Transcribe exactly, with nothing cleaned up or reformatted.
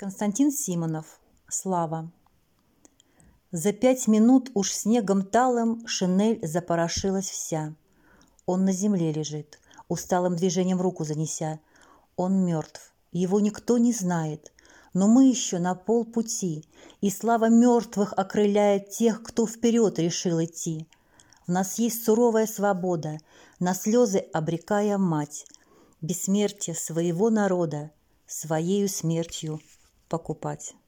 Константин Симонов. Слава. За пять минут уж снегом талым шинель запорошилась вся. Он на земле лежит, усталым движением руку занеся. Он мертв, его никто не знает, но мы еще на полпути, и слава мертвых окрыляет тех, кто вперед решил идти. В нас есть суровая свобода, на слезы обрекая мать, бессмертие своего народа своею смертью покупать.